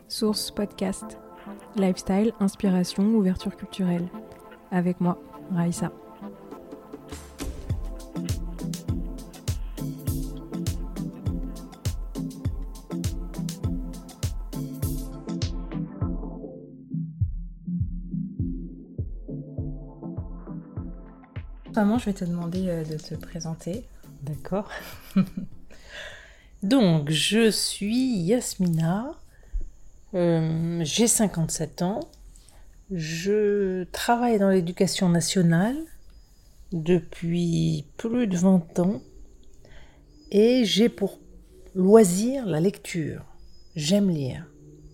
Source Podcast. Lifestyle, inspiration, ouverture culturelle. Avec moi, Raïssa. Maman, je vais te demander de te présenter. D'accord. Donc, je suis Yasmina, j'ai 57 ans, je travaille dans l'éducation nationale depuis plus de 20 ans et j'ai pour loisir la lecture. J'aime lire.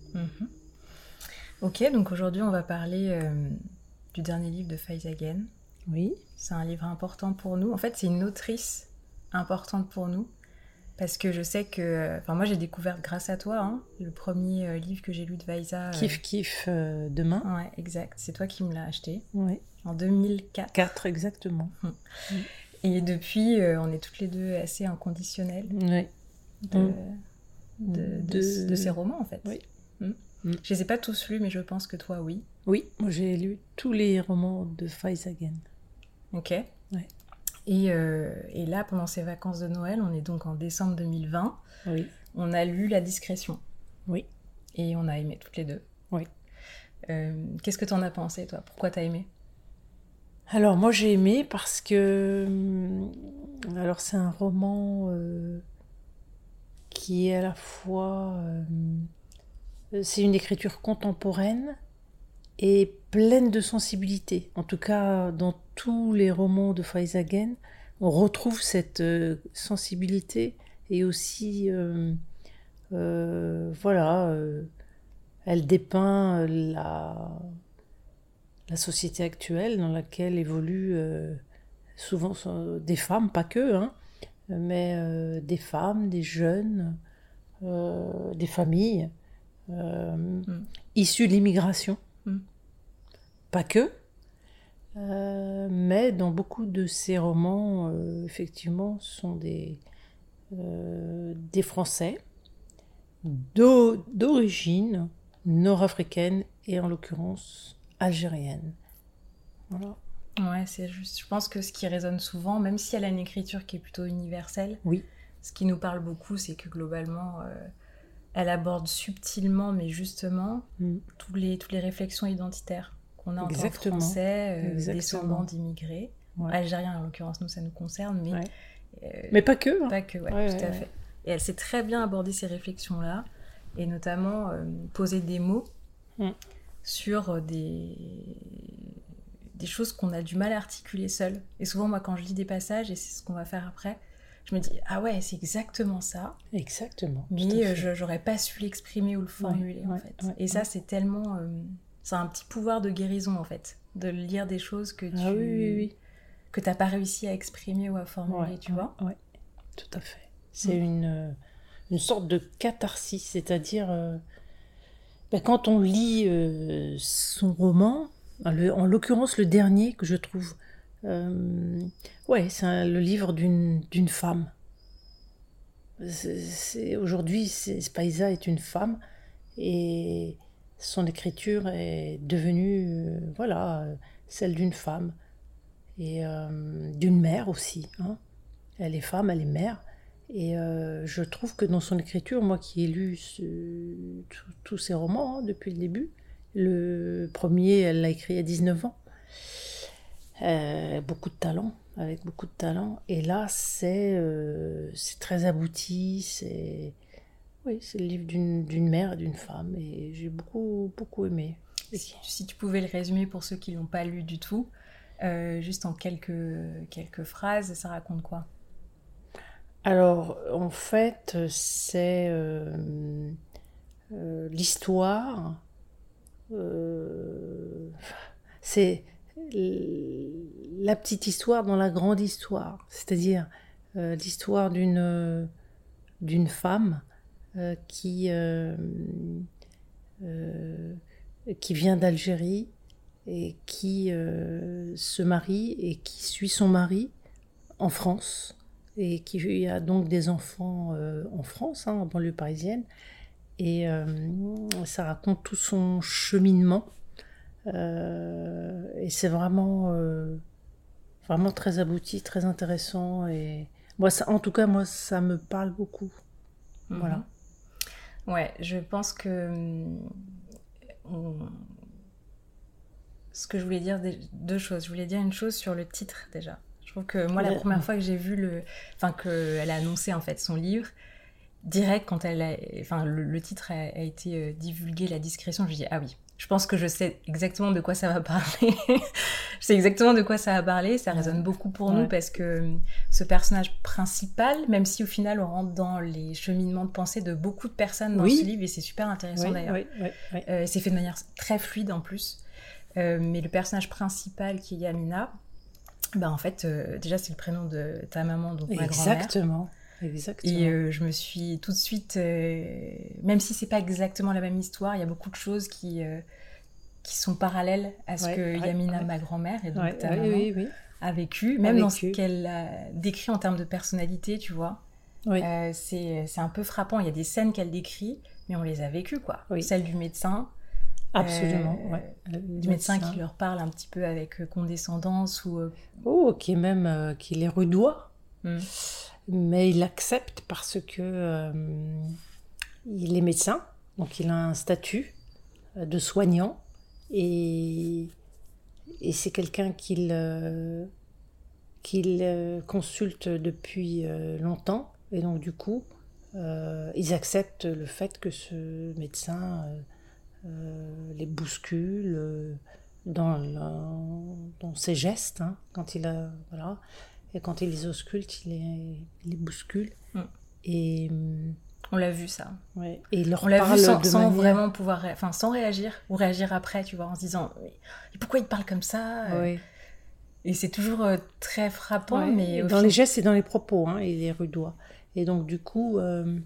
Ok, donc aujourd'hui on va parler du dernier livre de Faiza Again. Oui. C'est un livre important pour nous. En fait, c'est une autrice importante pour nous. Parce que je sais que... moi, j'ai découvert grâce à toi, le premier livre que j'ai lu de Faiza. Kiff demain. Ouais, exact. C'est toi qui me l'as acheté. Oui. En 2004. 4 exactement. Et depuis, on est toutes les deux assez inconditionnelles Oui. de ces romans, en fait. Oui. Je les ai pas tous lus, mais je pense que toi, oui. Oui, moi j'ai lu tous les romans de Faiza Again. Ok. Ouais. Et là, pendant ces vacances de Noël, on est donc en décembre 2020. Oui. On a lu La Discrétion. Oui. Et on a aimé toutes les deux. Oui. Qu'est-ce que t'en as pensé, toi ? Pourquoi t'as aimé ? Alors, moi, j'ai aimé parce que... Alors, c'est un roman qui est à la fois... c'est une écriture contemporaine et pleine de sensibilité. En tout cas, dans tous les romans de Faiza Again, on retrouve cette sensibilité et aussi... elle dépeint la société actuelle dans laquelle évoluent souvent des femmes, pas que, mais des femmes, des jeunes, des familles issues de l'immigration. Pas que, mais dans beaucoup de ces romans, effectivement, sont des Français d'origine nord-africaine et en l'occurrence algérienne. Voilà. Ouais, c'est juste. Je pense que ce qui résonne souvent, même si elle a une écriture qui est plutôt universelle, oui. Ce qui nous parle beaucoup, c'est que globalement, elle aborde subtilement, mais justement, toutes les réflexions identitaires qu'on a en tant que Français, descendants d'immigrés, algériens en l'occurrence, nous ça nous concerne, mais pas que. Pas que, tout à fait. Et elle sait très bien aborder ces réflexions-là, et notamment poser des mots sur des choses qu'on a du mal à articuler seul. Et souvent, moi, quand je lis des passages, et c'est ce qu'on va faire après, je me dis, ah ouais, c'est exactement ça. Exactement. Mais j'aurais pas su l'exprimer ou le formuler, en fait. Et ça, c'est tellement... c'est un petit pouvoir de guérison, en fait, de lire des choses que que t'as pas réussi à exprimer ou à formuler, tu vois. Oui, tout à fait. C'est une sorte de catharsis, c'est-à-dire... quand on lit son roman, en l'occurrence le dernier que je trouve... c'est le livre d'une femme. Aujourd'hui, Faiza est une femme et son écriture est devenue celle d'une femme et d'une mère aussi. Elle est femme, elle est mère. Et je trouve que dans son écriture, moi qui ai lu tous ses romans depuis le début, le premier, elle l'a écrit à 19 ans. Avec beaucoup de talent. Et là, c'est très abouti. C'est le livre d'une mère et d'une femme. Et j'ai beaucoup, beaucoup aimé. Si tu pouvais le résumer pour ceux qui ne l'ont pas lu du tout, juste en quelques phrases, ça raconte quoi ? Alors, en fait, c'est l'histoire. C'est la petite histoire dans la grande histoire, c'est-à-dire l'histoire d'une femme qui vient d'Algérie et qui se marie et qui suit son mari en France et qui a donc des enfants en France, en banlieue parisienne, Et ça raconte tout son cheminement. Et c'est vraiment très abouti, très intéressant. Et moi, en tout cas, moi, ça me parle beaucoup. Voilà. Ouais, je pense que ce que je voulais dire, deux choses. Je voulais dire une chose sur le titre déjà. Je trouve que moi, la première fois que j'ai vu qu'elle a annoncé en fait son livre, direct quand le titre a été divulgué, la discrétion, je me dis ah oui, je pense que je sais exactement de quoi ça va parler. Je sais exactement de quoi ça va parler, ça résonne beaucoup pour nous parce que ce personnage principal, même si au final on rentre dans les cheminements de pensée de beaucoup de personnes dans ce livre, et c'est super intéressant d'ailleurs. C'est fait de manière très fluide en plus. Mais le personnage principal qui est Yamina, en fait, déjà c'est le prénom de ta maman, donc ma grand-mère. Exactement. Et je me suis tout de suite, même si c'est pas exactement la même histoire, il y a beaucoup de choses qui sont parallèles à ce que Yamina, ma grand-mère, et donc ta maman, a vécu, même dans ce qu'elle a décrit en termes de personnalité, tu vois. C'est un peu frappant. Il y a des scènes qu'elle décrit, mais on les a vécues, quoi. Celle du médecin. Absolument, du médecin qui leur parle un petit peu avec condescendance ou... qu'il est rudois. Mais il accepte parce que il est médecin, donc il a un statut de soignant et c'est quelqu'un qu'il consulte depuis longtemps, et donc du coup ils acceptent le fait que ce médecin les bouscule dans ses gestes, hein, quand il a voilà. Et quand il les ausculte, il les bouscule. Et on l'a vu ça. Et il leur on l'a parle vu sans vraiment pouvoir, sans réagir ou réagir après, tu vois, en se disant mais pourquoi il parle comme ça Et c'est toujours très frappant, mais dans les gestes et dans les propos, hein, il est rudois. Et donc du coup,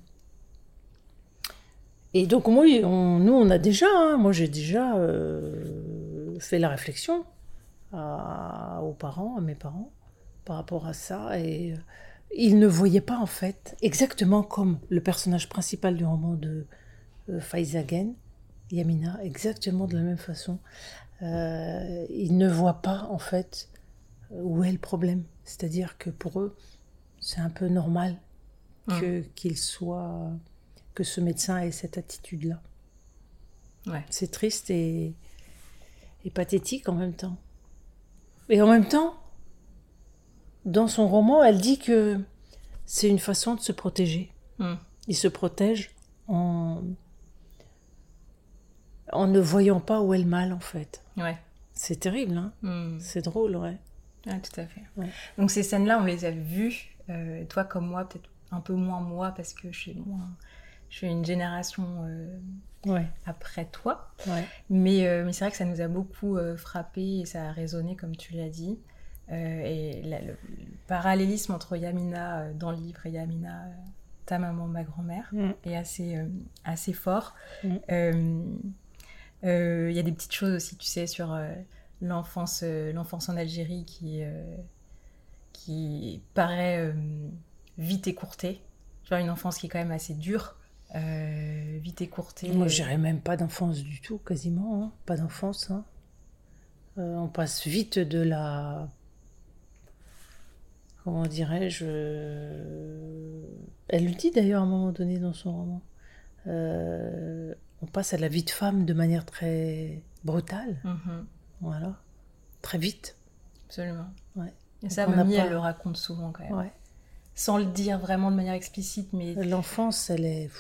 on a déjà, hein, moi j'ai déjà fait la réflexion aux parents, à mes parents, par rapport à ça, et ils ne voyaient pas en fait, exactement comme le personnage principal du roman de Faiza Gen, Yamina, exactement de la même façon, ils ne voient pas en fait où est le problème, c'est-à-dire que pour eux c'est un peu normal que ce médecin ait cette attitude-là. C'est triste et pathétique en même temps. Et en même temps, dans son roman, elle dit que c'est une façon de se protéger. Il se protège en ne voyant pas où est le mal, en fait. C'est terrible, hein. C'est drôle, tout à fait. Donc ces scènes-là, on les a vues, toi comme moi, peut-être un peu moins moi, parce que je suis une génération après toi. Mais c'est vrai que ça nous a beaucoup frappé et ça a résonné, comme tu l'as dit. Et le parallélisme entre Yamina dans le livre et Yamina, ta maman, ma grand-mère, est assez fort. Il y a des petites choses aussi, tu sais, sur l'enfance en Algérie qui paraît vite écourtée. Tu vois, une enfance qui est quand même assez dure, vite écourtée. Moi, je dirais même pas d'enfance du tout, quasiment, hein. Pas d'enfance, hein. On passe vite de la... Comment dirais-je, elle le dit d'ailleurs à un moment donné dans son roman. On passe à la vie de femme de manière très brutale. Voilà. Très vite. Absolument. Et ça, Mamie, elle le raconte souvent quand même. Sans le dire vraiment de manière explicite, mais... L'enfance, elle est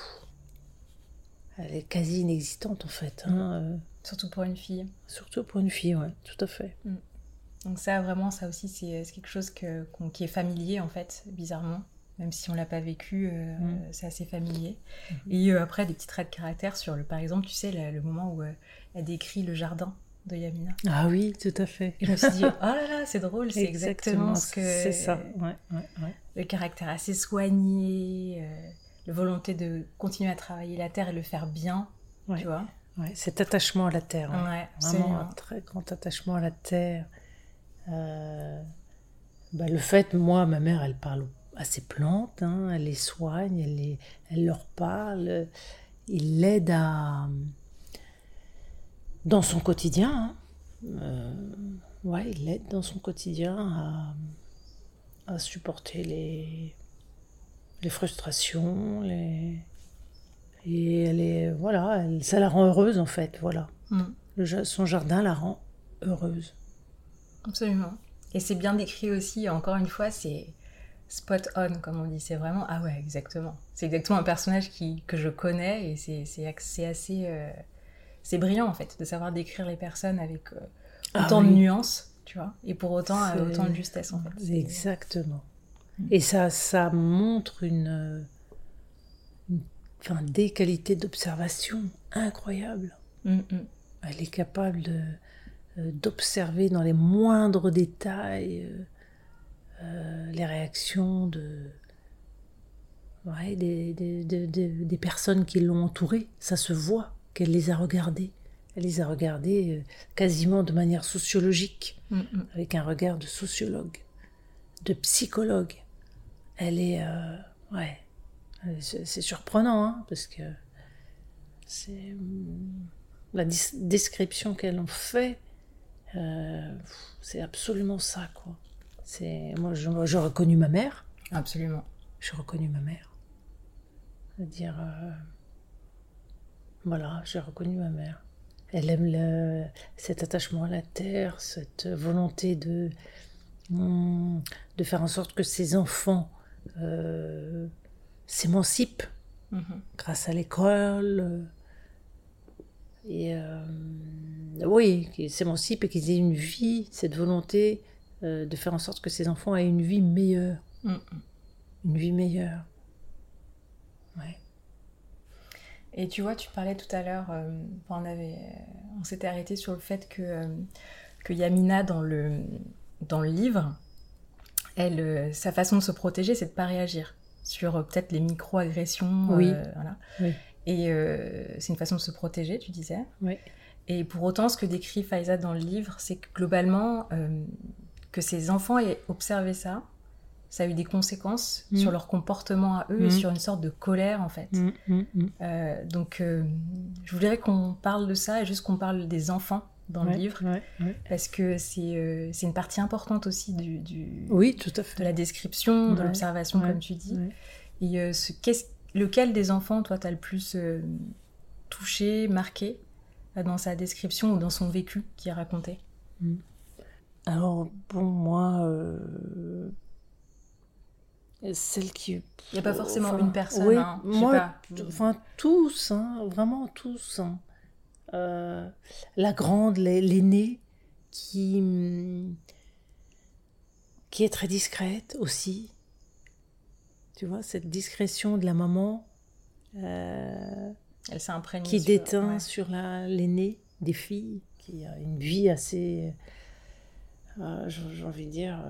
quasi inexistante en fait. Hein. Surtout pour une fille. Surtout pour une fille, tout à fait. Donc ça, vraiment, ça aussi, c'est quelque chose qui est familier, en fait, bizarrement. Même si on ne l'a pas vécu, c'est assez familier. Et après, des petits traits de caractère sur, par exemple, tu sais, le moment où elle décrit le jardin de Yamina. Ah oui, tout à fait. Et je me suis dit, oh là là, c'est drôle, c'est exactement ce que... C'est ça, Le caractère assez soigné, la volonté de continuer à travailler la terre et le faire bien, tu vois. Cet attachement à la terre. Vraiment un très grand attachement à la terre. Le fait, moi, ma mère, elle parle à ses plantes, hein, elle les soigne, elle leur parle. il l'aide dans son quotidien. Il l'aide dans son quotidien à supporter les frustrations, et ça la rend heureuse en fait, voilà. Son jardin la rend heureuse. Absolument. Et c'est bien décrit aussi, encore une fois, c'est spot on, comme on dit. C'est vraiment, ah ouais, exactement. C'est exactement un personnage que je connais, et c'est assez... c'est brillant, en fait, de savoir décrire les personnes avec autant de nuances, tu vois, et pour autant autant de justesse, en fait. Exactement. Et ça montre des qualités d'observation incroyables. Elle est capable d'observer dans les moindres détails les réactions des personnes qui l'ont entourée. Ça se voit qu'elle les a regardées. Elle les a regardées quasiment de manière sociologique, avec un regard de sociologue, de psychologue. Elle est... c'est surprenant, hein, parce que c'est... La description qu'elle en fait, c'est absolument ça, quoi. Moi, j'ai reconnu ma mère. Absolument. J'ai reconnu ma mère. C'est-à-dire... j'ai reconnu ma mère. Elle aime cet attachement à la terre, cette volonté de faire en sorte que ses enfants s'émancipent grâce à l'école. Qu'ils s'émancipent et qu'ils aient une vie, cette volonté de faire en sorte que ses enfants aient une vie meilleure. Une vie meilleure. Ouais. Et tu vois, tu parlais tout à l'heure, on s'était arrêté sur le fait que Yamina, dans le livre, sa façon de se protéger, c'est de ne pas réagir sur peut-être les micro-agressions. Oui. Voilà. Oui. Et c'est une façon de se protéger, tu disais. Oui. Et pour autant, ce que décrit Faiza dans le livre, c'est que globalement, que ses enfants aient observé ça a eu des conséquences sur leur comportement à eux et sur une sorte de colère, en fait. Donc, je voudrais qu'on parle de ça et juste qu'on parle des enfants dans le livre, parce que c'est une partie importante aussi oui, tout à fait. de la description, de l'observation, comme tu dis. Et lequel des enfants, toi, t'as le plus touché, marqué dans sa description ou dans son vécu qu'il a raconté? Alors, bon, moi... celle qui... Il n'y a pas forcément une personne, oui, hein, moi, tous, hein, vraiment tous. Hein. La grande, l'aînée, qui est très discrète aussi. Tu vois, cette discrétion de la maman elle s'est imprégnée qui déteint sur l'aînée des filles, qui a une vie assez, j'ai envie de dire,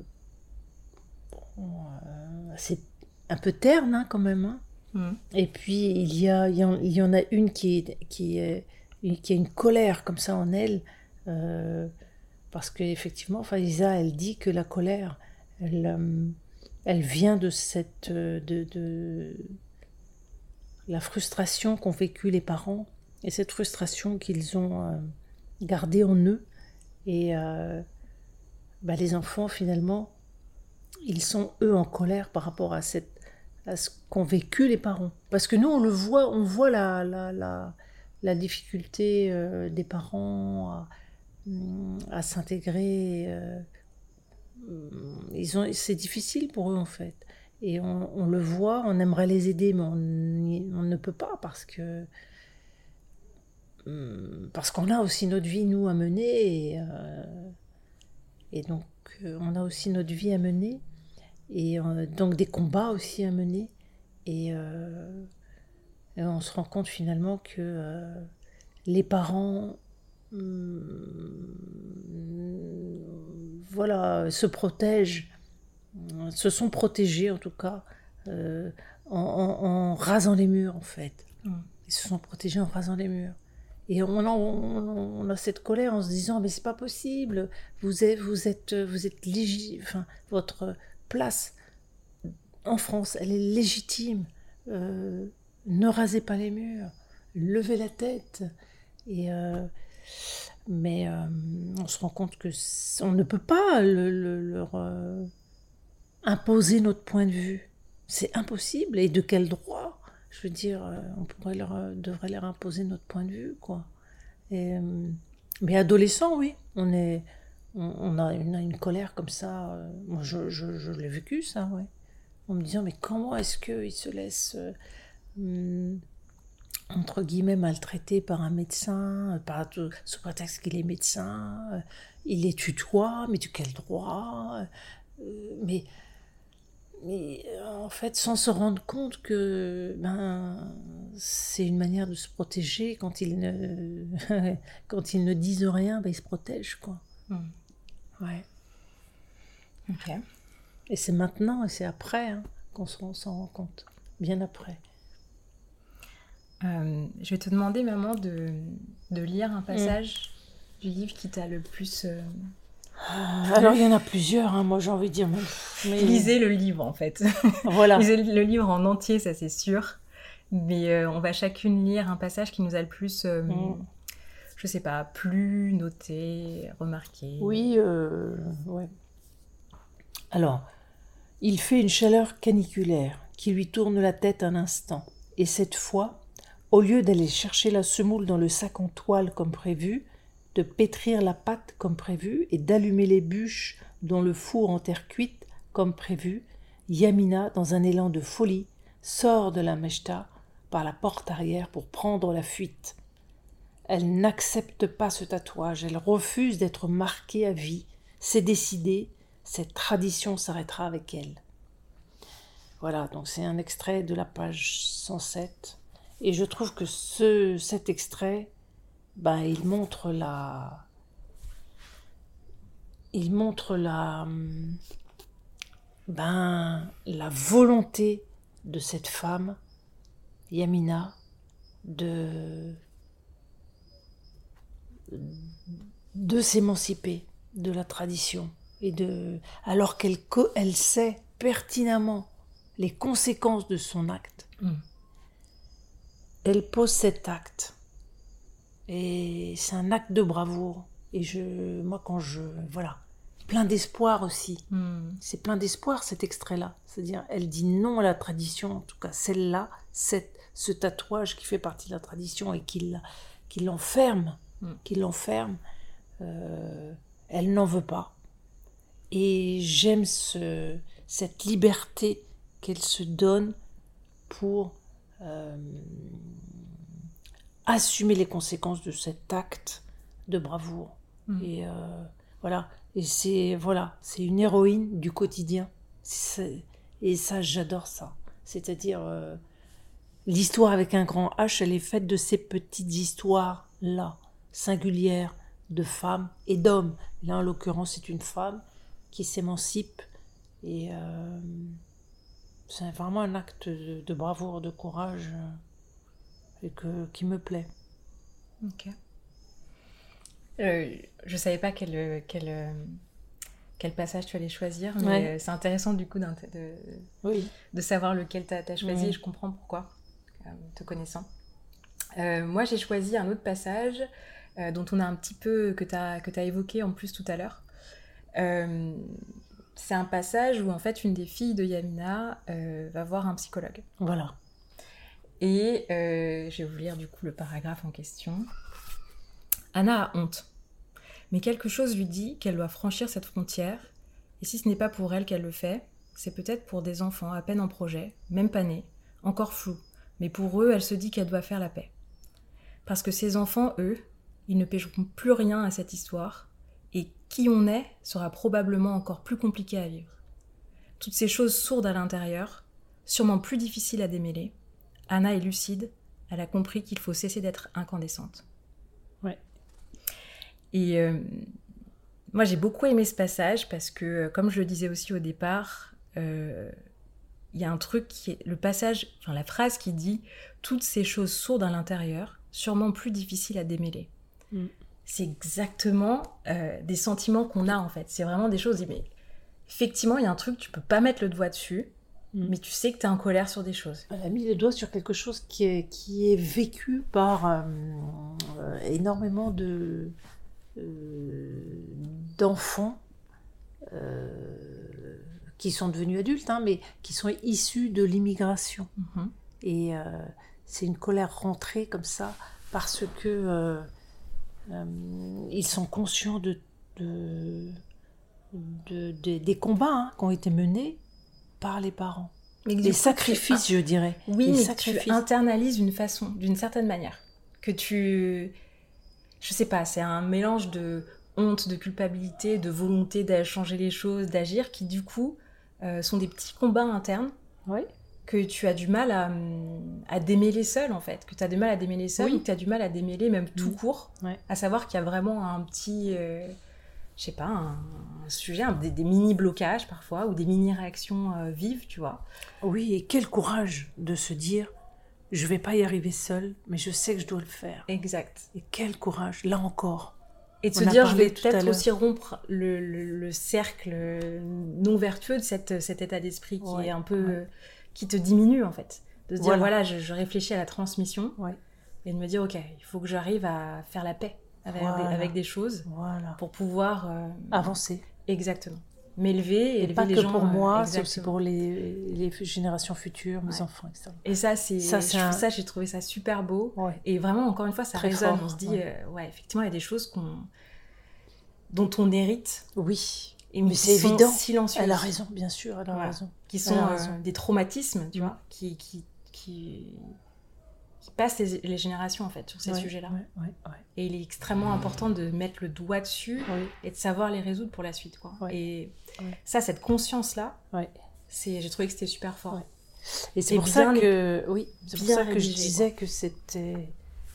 c'est un peu terne, hein, quand même. Hein. Et puis il y en a une qui a une colère comme ça en elle, parce qu'effectivement, Faiza, elle dit que la colère, elle vient de cette de la frustration qu'ont vécu les parents, et cette frustration qu'ils ont gardée en eux. Et les enfants, finalement, ils sont, eux, en colère par rapport à ce qu'ont vécu les parents. Parce que nous, on voit la difficulté des parents à s'intégrer. C'est difficile pour eux, en fait. Et on le voit, on aimerait les aider, mais on ne peut pas parce qu'on a aussi notre vie, nous, à mener. Et donc, on a aussi notre vie à mener. Et donc des combats aussi à mener. Et on se rend compte finalement que les parents se protègent, se sont protégés en tout cas, en rasant les murs, en fait. Ils se sont protégés en rasant les murs. Et on a cette colère en se disant, mais c'est pas possible, vous êtes légitime, enfin, votre place en France, elle est légitime. ne rasez pas les murs, levez la tête. Mais on se rend compte que on ne peut pas leur imposer notre point de vue. C'est impossible. Et de quel droit? Je veux dire, devrait leur imposer notre point de vue, quoi. Mais adolescent, oui, on a une colère comme ça. Moi, je l'ai vécu, ça, ouais. En me disant, mais comment est-ce qu'ils se laissent, entre guillemets, maltraités par un médecin, sous prétexte qu'il est médecin, il les tutoie, mais de quel droit? Mais en fait, sans se rendre compte que c'est une manière de se protéger. Quand ils ne disent rien, ils se protègent, quoi. Ouais. Ok. Et c'est maintenant et c'est après qu'on s'en rend compte. Bien après. Je vais te demander, maman, de lire un passage du livre qui t'a le plus... Alors, il y en a plusieurs, moi j'ai envie de dire. Mais... Lisez le livre, en fait. Voilà. Lisez le livre en entier, ça c'est sûr. Mais on va chacune lire un passage qui nous a le plus, je sais pas, plu, noté, remarqué. Oui, ouais. Alors, il fait une chaleur caniculaire qui lui tourne la tête un instant. Et cette fois, au lieu d'aller chercher la semoule dans le sac en toile comme prévu, de pétrir la pâte comme prévu et d'allumer les bûches dans le four en terre cuite comme prévu, Yamina, dans un élan de folie, sort de la mechta par la porte arrière pour prendre la fuite. Elle n'accepte pas ce tatouage, elle refuse d'être marquée à vie. C'est décidé, cette tradition s'arrêtera avec elle. Voilà, donc c'est un extrait de la page 107. Et je trouve que cet extrait, il montre la volonté de cette femme, Yamina, de s'émanciper de la tradition alors qu'elle sait pertinemment les conséquences de son acte. Elle pose cet acte et c'est un acte de bravoure. Et plein d'espoir aussi. C'est plein d'espoir cet extrait-là. C'est-à-dire, elle dit non à la tradition, en tout cas celle-là, ce tatouage qui fait partie de la tradition et qui l'enferme, elle n'en veut pas. Et j'aime cette liberté qu'elle se donne pour assumer les conséquences de cet acte de bravoure. Et voilà. Et c'est une héroïne du quotidien. Et ça, j'adore ça. C'est-à-dire, l'histoire avec un grand H, elle est faite de ces petites histoires-là, singulières, de femmes et d'hommes. Là, en l'occurrence, c'est une femme qui s'émancipe. Et c'est vraiment un acte de bravoure, de courage, qui me plaît. Ok. Je savais pas quel passage tu allais choisir, mais c'est intéressant du coup de savoir lequel t'as choisi, et je comprends pourquoi, te connaissant. Moi j'ai choisi un autre passage dont on a un petit peu, que t'as évoqué en plus tout à l'heure. C'est un passage où en fait une des filles de Yamina va voir un psychologue. Voilà. Et je vais vous lire du coup le paragraphe en question. Anna a honte, mais quelque chose lui dit qu'elle doit franchir cette frontière, et si ce n'est pas pour elle qu'elle le fait, c'est peut-être pour des enfants à peine en projet, même pas nés, encore flous, mais pour eux, elle se dit qu'elle doit faire la paix. Parce que ces enfants, eux, ils ne paieront plus rien à cette histoire, et qui on est sera probablement encore plus compliqué à vivre. Toutes ces choses sourdes à l'intérieur, sûrement plus difficiles à démêler, Anna est lucide, elle a compris qu'il faut cesser d'être incandescente. Ouais. Et moi j'ai beaucoup aimé ce passage parce que, comme je le disais aussi au départ, il y a un truc qui est le passage, enfin la phrase qui dit « toutes ces choses sourdes à l'intérieur, sûrement plus difficiles à démêler ». C'est exactement des sentiments qu'on a en fait. C'est vraiment des choses, mais effectivement il y a un truc, tu peux pas mettre le doigt dessus, mais tu sais que tu es en colère sur des choses. Elle a mis le doigt sur quelque chose qui est vécu par énormément d'enfants qui sont devenus adultes, hein, mais qui sont issus de l'immigration. Et c'est une colère rentrée comme ça parce que ils sont conscients des combats qui ont été menés par les parents. Les sacrifices, je dirais. Oui, les mais sacrifices. tu internalises d'une certaine manière. Que tu... Je sais pas, c'est un mélange de honte, de culpabilité, de volonté de changer les choses, d'agir, qui du coup sont des petits combats internes. Oui. Que tu as du mal à démêler seul, en fait. Que tu as du mal à démêler seul, ou que tu as du mal à démêler même tout court. À savoir qu'il y a vraiment un petit... je sais pas, un sujet, des mini-blocages parfois, ou des mini-réactions vives, tu vois. Oui, et quel courage de se dire, je vais pas y arriver seule, mais je sais que je dois le faire. Exact. Et quel courage, là encore. Et de se dire, je vais peut-être aussi rompre le cercle non vertueux de cet état d'esprit qui est un peu... qui te diminue, en fait. De se dire, voilà, je réfléchis à la transmission, et de me dire, ok, il faut que j'arrive à faire la paix avec des choses pour pouvoir avancer. Exactement. M'élever, élever pas les que gens. Pour moi, exactement. c'est aussi pour les générations futures, mes enfants, etc. Et ça, j'ai trouvé ça super beau. Et vraiment, encore une fois, ça résonne. On se dit, effectivement, il y a des choses dont on hérite. Oui. Mais c'est évident. Silencieuses. Elle a raison, bien sûr, elle a raison. Qui sont des traumatismes, tu vois, qui passent les générations, en fait, sur ces sujets-là. Et il est extrêmement important de mettre le doigt dessus et de savoir les résoudre pour la suite, quoi. Et ça, cette conscience-là, j'ai trouvé que c'était super fort. Et c'est pour ça que je disais que c'était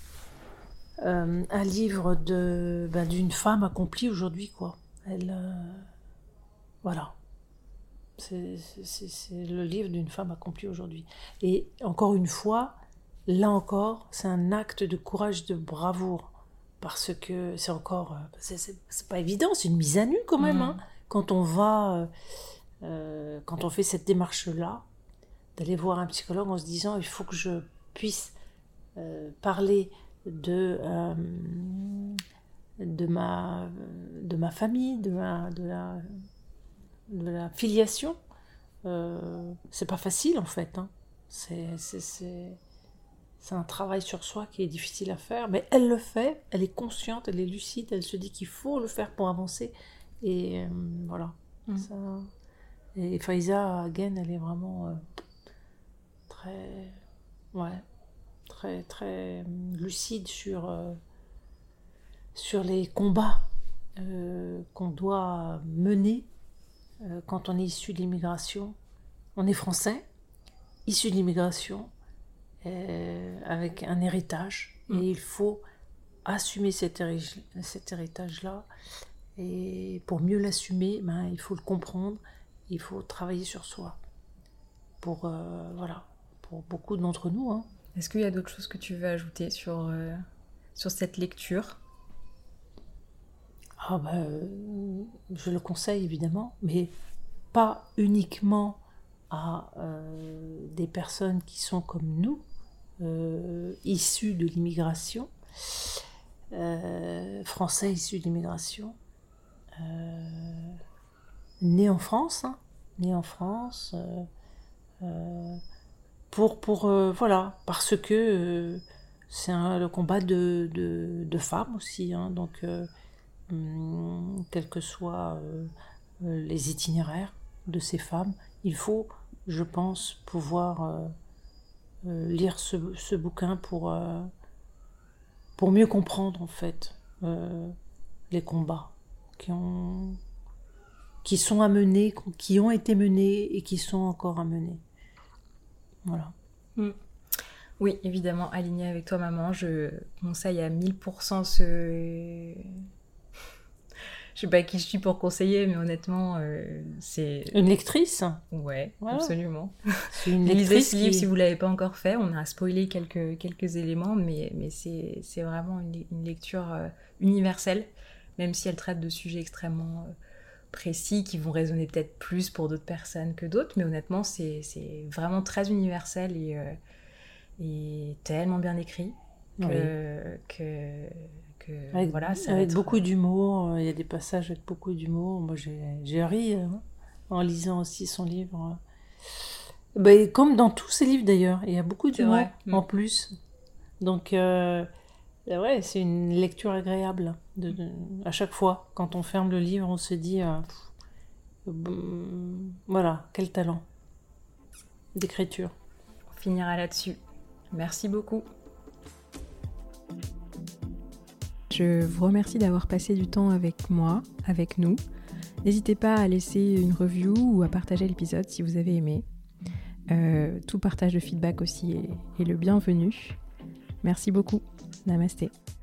un livre d'une femme accomplie aujourd'hui, quoi. Elle... voilà. C'est le livre d'une femme accomplie aujourd'hui. Et encore une fois, là encore, c'est un acte de courage, de bravoure. Parce que c'est encore... c'est pas évident, c'est une mise à nu quand même. Hein, quand on va... quand on fait cette démarche-là, d'aller voir un psychologue en se disant, il faut que je puisse parler de ma famille, de la filiation, c'est pas facile en fait. Hein. C'est un travail sur soi qui est difficile à faire, mais elle le fait, elle est consciente, elle est lucide, elle se dit qu'il faut le faire pour avancer. Et voilà. Ça... Et Faiza Again, elle est vraiment très lucide sur les combats qu'on doit mener quand on est issu de l'immigration. On est français, issu de l'immigration, avec un héritage, et il faut assumer cet héritage-là, et pour mieux l'assumer, il faut le comprendre, il faut travailler sur soi, pour beaucoup d'entre nous. Hein. Est-ce qu'il y a d'autres choses que tu veux ajouter sur cette lecture ? Je le conseille évidemment, mais pas uniquement à des personnes qui sont comme nous, issus de l'immigration, français issus de l'immigration, nés en France, parce que c'est le combat de femmes aussi, hein, donc quels que soient les itinéraires de ces femmes, il faut, je pense, pouvoir lire ce bouquin pour mieux comprendre en fait les combats qui sont à mener, qui ont été menés et qui sont encore à mener. Voilà. Oui, évidemment, alignée avec toi, maman, je conseille à 1000% ce... Je sais pas qui je suis pour conseiller, mais honnêtement, c'est... Une lectrice ? Ouais, voilà. Absolument. C'est une lectrice. Lisez ce livre si vous l'avez pas encore fait. On a spoilé quelques éléments, mais c'est vraiment une lecture universelle, même si elle traite de sujets extrêmement précis qui vont résonner peut-être plus pour d'autres personnes que d'autres, mais honnêtement, c'est vraiment très universel et tellement bien écrit que avec, voilà, ça va avec être... beaucoup d'humour. Il y a des passages avec beaucoup d'humour. Moi, j'ai ri en lisant aussi son livre. Ben, comme dans tous ses livres d'ailleurs, il y a beaucoup d'humour en plus. Donc, ouais, c'est une lecture agréable. À chaque fois, quand on ferme le livre, on se dit voilà, quel talent d'écriture. On finira là-dessus. Merci beaucoup. Je vous remercie d'avoir passé du temps avec moi, avec nous. N'hésitez pas à laisser une review ou à partager l'épisode si vous avez aimé. Tout partage de feedback aussi est le bienvenu. Merci beaucoup. Namasté.